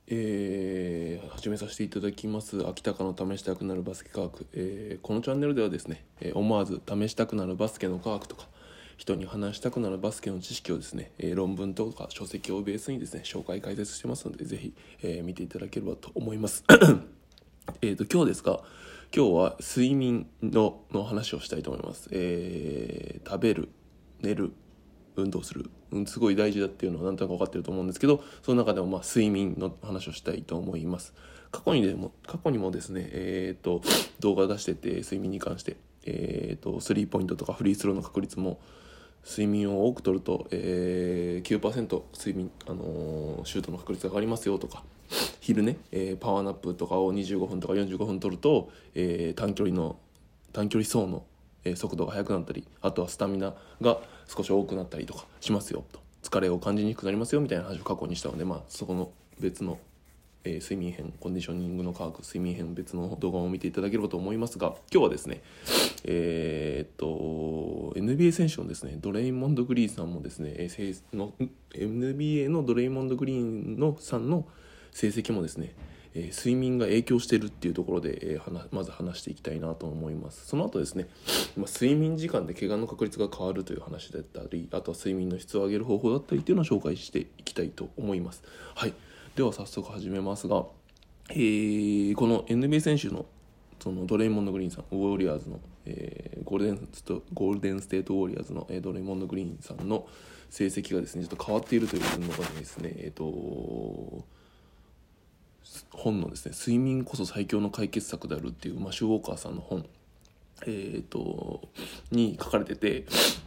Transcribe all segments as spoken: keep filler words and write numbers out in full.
えー、始めさせていただきます秋高の試したくなるバスケ科学、えーこのチャンネルではですね、えー思わず試したくなるバスケの科学とか人に話したくなるバスケの知識をですね、えー論文とか書籍をベースにですね紹介解説してますので、ぜひ、えー見ていただければと思いますえーと今日ですが今日は睡眠のの話をしたいと思います。えー食べる、寝る、運動する、うん、すごい大事だっていうのはなんとなく分かってると思うんですけど、その中でもまあ睡眠の話をしたいと思います。過去にでも過去にもですね、えー、と動画出してて、睡眠に関して、えー、とスリーポイントとかフリースローの確率も睡眠を多く取ると、えー、きゅうパーセント睡眠、あのーシュートの確率が上がりますよとか、昼ね、えーパワーナップとかをにじゅうごふんとかよんじゅうごふん取ると、えー短距離の短距離走のえー速度が速くなったり、あとはスタミナが少し多くなったりとかしますよと、疲れを感じにくくなりますよみたいな話を過去にしたので、まあ、そこの別の、えー睡眠編、コンディショニングの科学睡眠編、別の動画を見ていただければと思いますが、今日はですね、えーっと エヌビーエー 選手のですねドレイモンド・グリーンさんもですね、えーせいの エヌビーエー のドレイモンド・グリーンのさんの成績もですね、えー睡眠が影響しているっていうところで、えー話まず話していきたいなと思います。その後ですね、まあ、睡眠時間で怪我の確率が変わるという話だったり、あとは睡眠の質を上げる方法だったりっていうのを紹介していきたいと思います。はい、では早速始めますが、えーこの エヌビーエー 選手のそのドレイモンド・グリーンさん、ウォリアーズの、えーゴールデンストゴールデンステートウォリアーズの、えードレイモンド・グリーンさんの成績がですねちょっと変わっているというのがですね、えっ、と本のですね睡眠こそ最強の解決策であるっていうマシュ・ウォーカーさんの本、えー、とに書かれてて、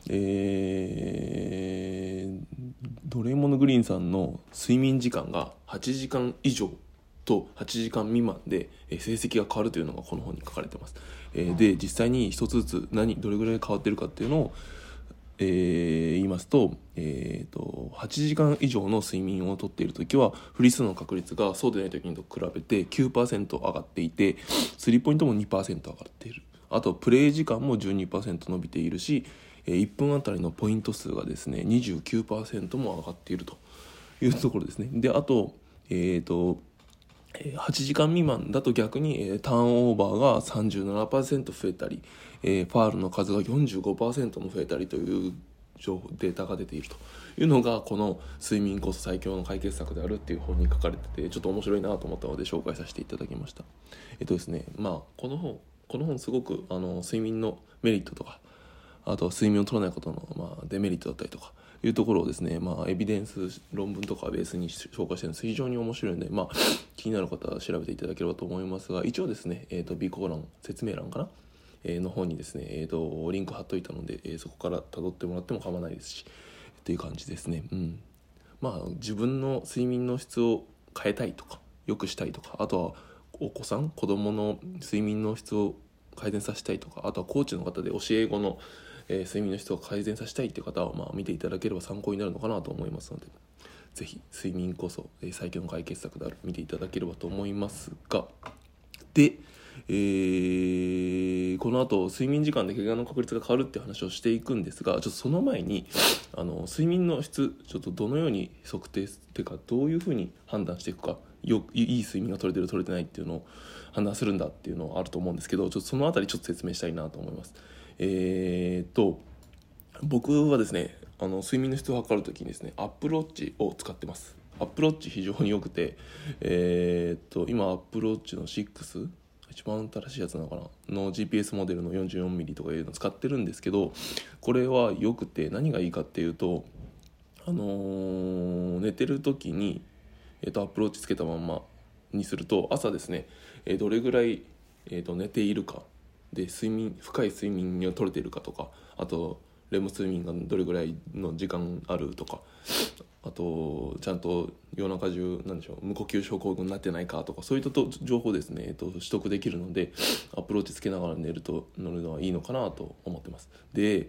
えードレイモンド・グリーンさんの睡眠時間がはちじかん以上とはちじかん未満でえー成績が変わるというのがこの本に書かれてます。えーで実際に一つずつ何どれぐらい変わってるかっていうのを、えー言いますと、えー、とはちじかん以上の睡眠をとっているときはフリースローの確率がそうでないときにと比べて きゅうパーセント 上がっていて、スリーポイントも にパーセント 上がっている。あとプレー時間も じゅうにパーセント 伸びているし、えーいっぷんあたりのポイント数がですね にじゅうきゅうパーセント も上がっているというところですね。であとえっ、とはちじかん未満だと逆に、えーターンオーバーが さんじゅうななパーセント 増えたり、えーファールの数が よんじゅうごパーセント も増えたりという情報データが出ているというのが、この睡眠こそ最強の解決策であるっていう本に書かれてて、ちょっと面白いなと思ったので紹介させていただきました。えっとですねまあこの本この本すごくあの睡眠のメリットとか、あとは睡眠を取らないことの、まあ、デメリットだったりとかいうところをですね、まあ、エビデンス論文とかをベースに紹介してるんです。非常に面白いので、まあ、気になる方は調べていただければと思いますが、一応ですね、えーと、備考欄、説明欄かな、えーの方にですね、えーと、リンク貼っといたので、えーそこから辿ってもらっても構わないですし、っていう感じですね。うん。まあ、自分の睡眠の質を変えたいとか、良くしたいとか、あとはお子さん、子供の睡眠の質を改善させたいとか、あとはコーチの方で教え子のえー、睡眠の質を改善させたいという方は、まあ、見ていただければ参考になるのかなと思いますので、ぜひ睡眠こそ、えー最強の解決策である見ていただければと思いますが、で、えーこの後睡眠時間で怪我の確率が変わるって話をしていくんですが、ちょっとその前にあの睡眠の質ちょっとどのように測定っていうか、どういうふうに判断していくか、よいい睡眠が取れてる取れてないっていうのを判断するんだっていうのはあると思うんですけど、ちょっとそのあたりちょっと説明したいなと思います。えー、っと僕はですねあの睡眠の質を測るときにですねアップルウォッチを使ってます。アップルウォッチ非常に良くて、えー、っと今アップルウォッチのろく一番新しいやつなのかなの ジーピーエス モデルの よんじゅうよんミリ とかいうのを使ってるんですけど、これは良くて何がいいかっていうと、あのー寝てる時に、えー、とアップルウォッチつけたまんまにすると朝ですね、えーどれぐらい、えー、と寝ているかで、睡眠深い睡眠が取れているかとか、あとレム睡眠がどれぐらいの時間あるとか、あとちゃんと夜中中なんでしょう無呼吸症候群になってないかとか、そういったと情報ですね、えっと、取得できるので、アプローチつけながら寝ると乗るのはいいのかなと思ってます。で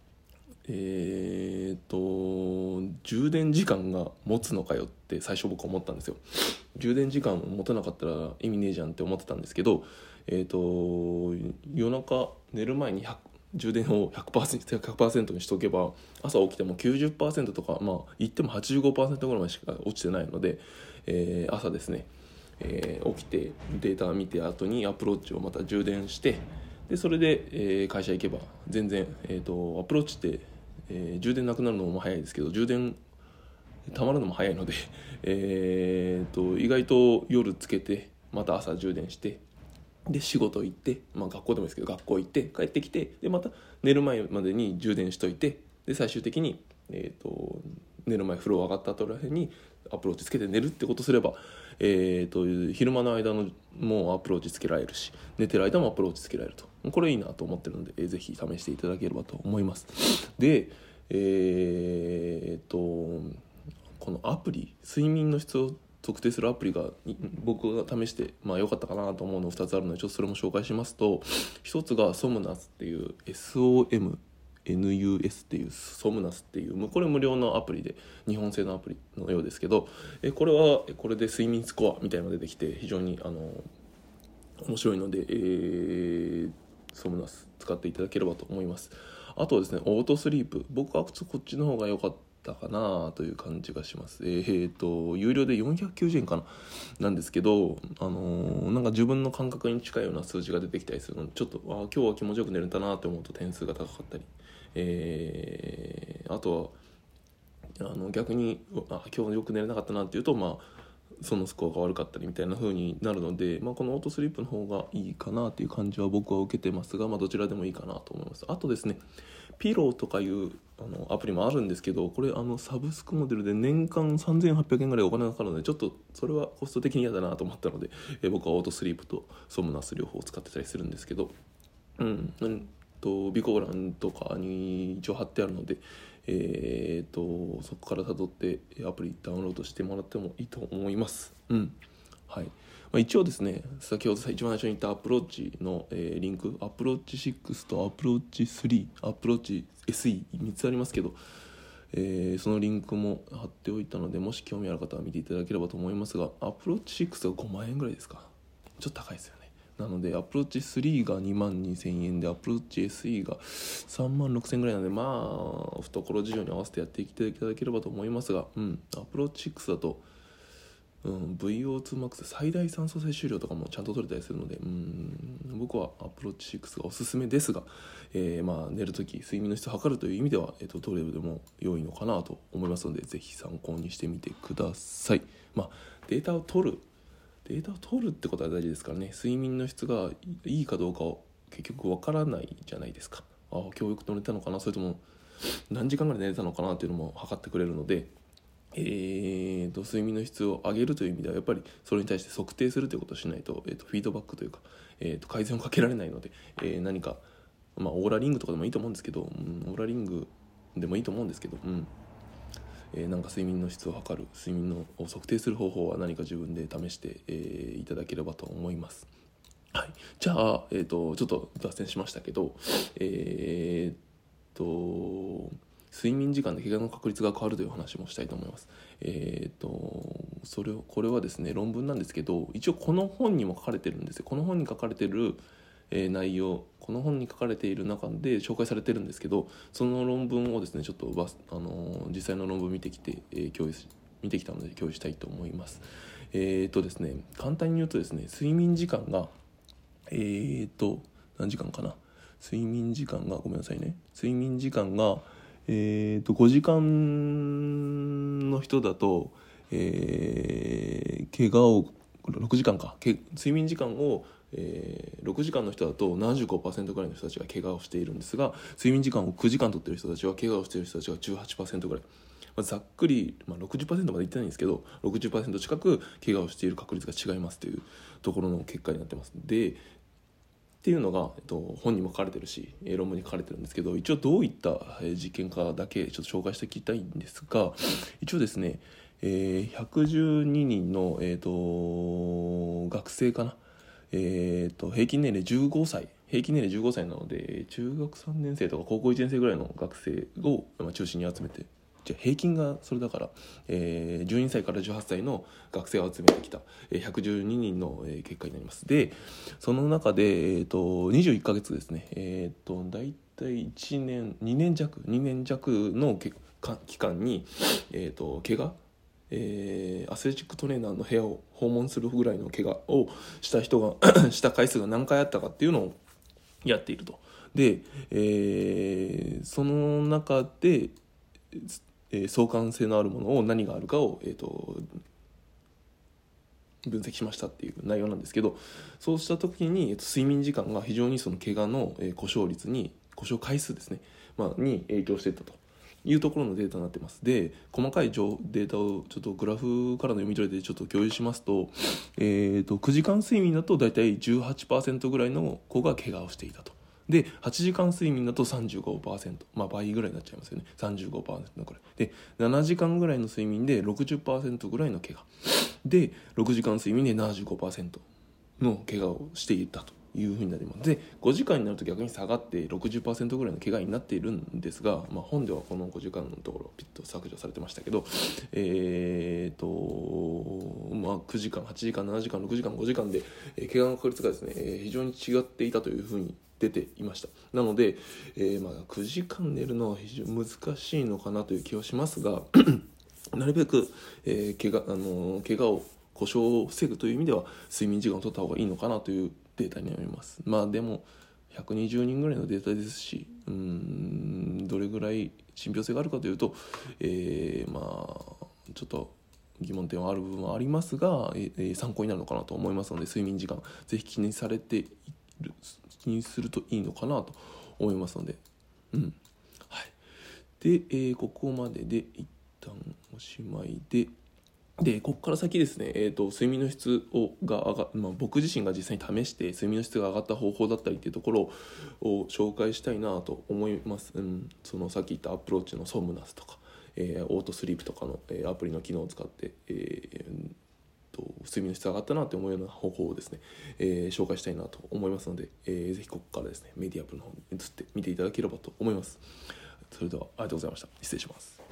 えー、っと充電時間が持つのかよって最初僕思ったんですよ。充電時間持たなかったら意味ねえじゃんって思ってたんですけど、えー、っと夜中寝る前にひゃく充電を ひゃくパーセント, ひゃくパーセントにしておけば朝起きても きゅうじゅっパーセント とか、まあ言っても はちじゅうごパーセント ぐらいまでしか落ちてないので、えー、朝ですね、えー、起きてデータ見て後にアプローチをまた充電して、でそれで、えー、会社行けば全然、えー、とアプローチって、えー、充電なくなるのも早いですけど充電溜まるのも早いので、えー、と意外と夜つけてまた朝充電してで仕事行って、まあ、学校でもいいですけど学校行って帰ってきてでまた寝る前までに充電しといてで最終的に、えー、と寝る前風呂上がった後らへんにアプローチつけて寝るってことすれば、えー、と昼間の間のもうアプローチつけられるし寝てる間もアプローチつけられるとこれいいなと思ってるので、えー、ぜひ試していただければと思います。でえー、とこのアプリ睡眠の質を測定するアプリが僕が試してまあ良かったかなと思うのふたつあるのでちょっとそれも紹介しますと、ひとつがソムナスっていう エスオーエムエヌユーエス っていうソムナスっていうこれ無料のアプリで日本製のアプリのようですけど、えこれはこれで睡眠スコアみたいなのが出てきて非常にあの面白いので、えー、ソムナス使っていただければと思います。あとはですねオートスリープ、僕はこっちの方が良かったかなという感じがします。えー、と有料でよんひゃくきゅうじゅうえんかななんですけど、あのー、なんか自分の感覚に近いような数字が出てきたりするのでちょっとあ今日は気持ちよく寝れたなと思うと点数が高かったり、えー、あとはあの逆にあ今日よく寝れなかったなっていうとまあそのスコアが悪かったりみたいな風になるので、まあ、このオートスリープの方がいいかなという感じは僕は受けてますが、まあ、どちらでもいいかなと思います。あとですねピローとかいうあのアプリもあるんですけど、これあのサブスクモデルで年間さんぜんはっぴゃくえんぐらいお金がかかるのでちょっとそれはコスト的に嫌だなと思ったので、え僕はオートスリープとソムナス両方使ってたりするんですけど、うんうんと備考欄とかに一応貼ってあるので、えー、とそこから辿ってアプリダウンロードしてもらってもいいと思います。うんはいまあ、一応ですね先ほど一番最初に言ったアプローチの、えー、リンクアプローチシックスとアプローチスリーアプローチ エスイーみっつありますけど、えー、そのリンクも貼っておいたのでもし興味ある方は見ていただければと思いますが、アプローチシックスがごまんえんぐらいですか、ちょっと高いですよね。なのでアプローチスリーがにまんにせんえんでアプローチ エスイー がさんまんろくせんえんぐらいなので、まあ懐事情に合わせてやっていただければと思いますが、うん、アプローチシックスだと、うん、ブイオーツーマックス 最大酸素摂取量とかもちゃんと取れたりするので、うん、僕はアプローチシックスがおすすめですが、えーまあ、寝るとき睡眠の質を測るという意味では、えー、とどれでも良いのかなと思いますのでぜひ参考にしてみてください。まあ、データを取るデータを取るってことは大事ですからね。睡眠の質がいいかどうかを結局わからないじゃないですか。ああ今日よく寝たのかな、それとも何時間ぐらい寝れたのかなっていうのも測ってくれるので、えーと睡眠の質を上げるという意味ではやっぱりそれに対して測定するということをしないと、えーとフィードバックというか、えーと改善をかけられないので、えー、何か、まあ、オーラリングとかでもいいと思うんですけど、うん、オーラリングでもいいと思うんですけど、うんえー、なんか睡眠の質を測る睡眠のを測定する方法は何か自分で試して、えー、いただければと思います。はい、じゃあ、えーと、ちょっと脱線しましたけど、えーと睡眠時間で怪我の確率が変わるという話もしたいと思います。えーとそれをこれはですね論文なんですけど、一応この本にも書かれてるんですよ。この本に書かれてる、えー、内容この本に書かれている中で紹介されてるんですけど、その論文をですねちょっとバス、あのー、実際の論文見てきて、えー、共有見てきたので共有したいと思います。えーとですね簡単に言うとですね睡眠時間がえーと何時間かな睡眠時間がごめんなさいね睡眠時間がえーとごじかんの人だと、えー、怪我をろくじかんかけ睡眠時間を、えー、ろくじかんの人だと ななじゅうごパーセント ぐらいの人たちが怪我をしているんですが、睡眠時間をくじかん取っている人たちは怪我をしている人たちが じゅうはちパーセント ぐらい、まあ、ざっくり、まあ、ろくじゅっパーセント までいってないんですけど ろくじゅっパーセント 近く怪我をしている確率が違いますというところの結果になってます。でっていうのが、えっと、本にも書かれてるし論文に書かれてるんですけど、一応どういった実験かだけちょっと紹介しておきたいんですが、一応ですね、えー、ひゃくじゅうににんの、えー、と学生かな、えー、と平均年齢じゅうごさい平均年齢じゅうごさいなので中学さんねん生とか高校いちねん生ぐらいの学生を、まあ、中心に集めて、じゃ平均がそれだから、えー、じゅうにさいからじゅうはっさいの学生を集めてきた、えー、ひゃくじゅうににんの、えー、結果になります。でその中で、えー、とにじゅういっかげつですね、えー、と大体いちねんにねん弱にねん弱のけか期間に、えー、と怪我、えーアスレチックトレーナーの部屋を訪問するぐらいの怪我をした人がした回数が何回あったかっていうのをやっていると。で、えーその中で、えー相関性のあるものを何があるかを、えー、と分析しましたっていう内容なんですけど、そうした時に、えっと、睡眠時間が非常にその怪我の、えー故障率に故障回数ですね、まあ、に影響していったというところのデータになっています。で、細かい情データをちょっとグラフからの読み取りでちょっと共有しますと、えー、とくじかん睡眠だと大体 じゅうはちパーセント ぐらいの子が怪我をしていたと。ではちじかん睡眠だと さんじゅうごパーセント、まあ倍ぐらいになっちゃいますよね。 さんじゅうごパーセント ぐらいで、ななじかんぐらいの睡眠で ろくじゅっパーセント ぐらいの怪我で、ろくじかん睡眠で ななじゅうごパーセント の怪我をしていたというふうになります。でごじかんになると逆に下がって ろくじゅっパーセント ぐらいの怪我になっているんですが、まあ、本ではこのごじかんのところをピッと削除されてましたけど、えーとまあ、くじかんはちじかんななじかんろくじかんごじかんで、えー、怪我の確率がですね、えー非常に違っていたというふうに出ていました。なので、えーまあ、くじかん寝るのは非常に難しいのかなという気はしますがなるべく、えー、怪我あのー怪我を故障を防ぐという意味では睡眠時間を取った方がいいのかなというデータになります。まあでもひゃくにじゅうにんぐらいのデータですし、うーんどれぐらい信憑性があるかというと、えー、まあちょっと疑問点はある部分はありますが、えー、参考になるのかなと思いますので、睡眠時間ぜひ気にされている気にするといいのかなと思いますので、うんはい。で、えーここまでで一旦おしまいで。でここから先ですね、えー、と睡眠の質をが上が、まあ、僕自身が実際に試して睡眠の質が上がった方法だったりっていうところを紹介したいなと思います、うん、そのさっき言ったアプローチのソムナスとか、えー、オートスリープとかの、えーアプリの機能を使って、えーと睡眠の質が上がったなと思うような方法をですね、えー紹介したいなと思いますので、えーぜひここからですねメディアアップの方に移って見ていただければと思います。それではありがとうございました。失礼します。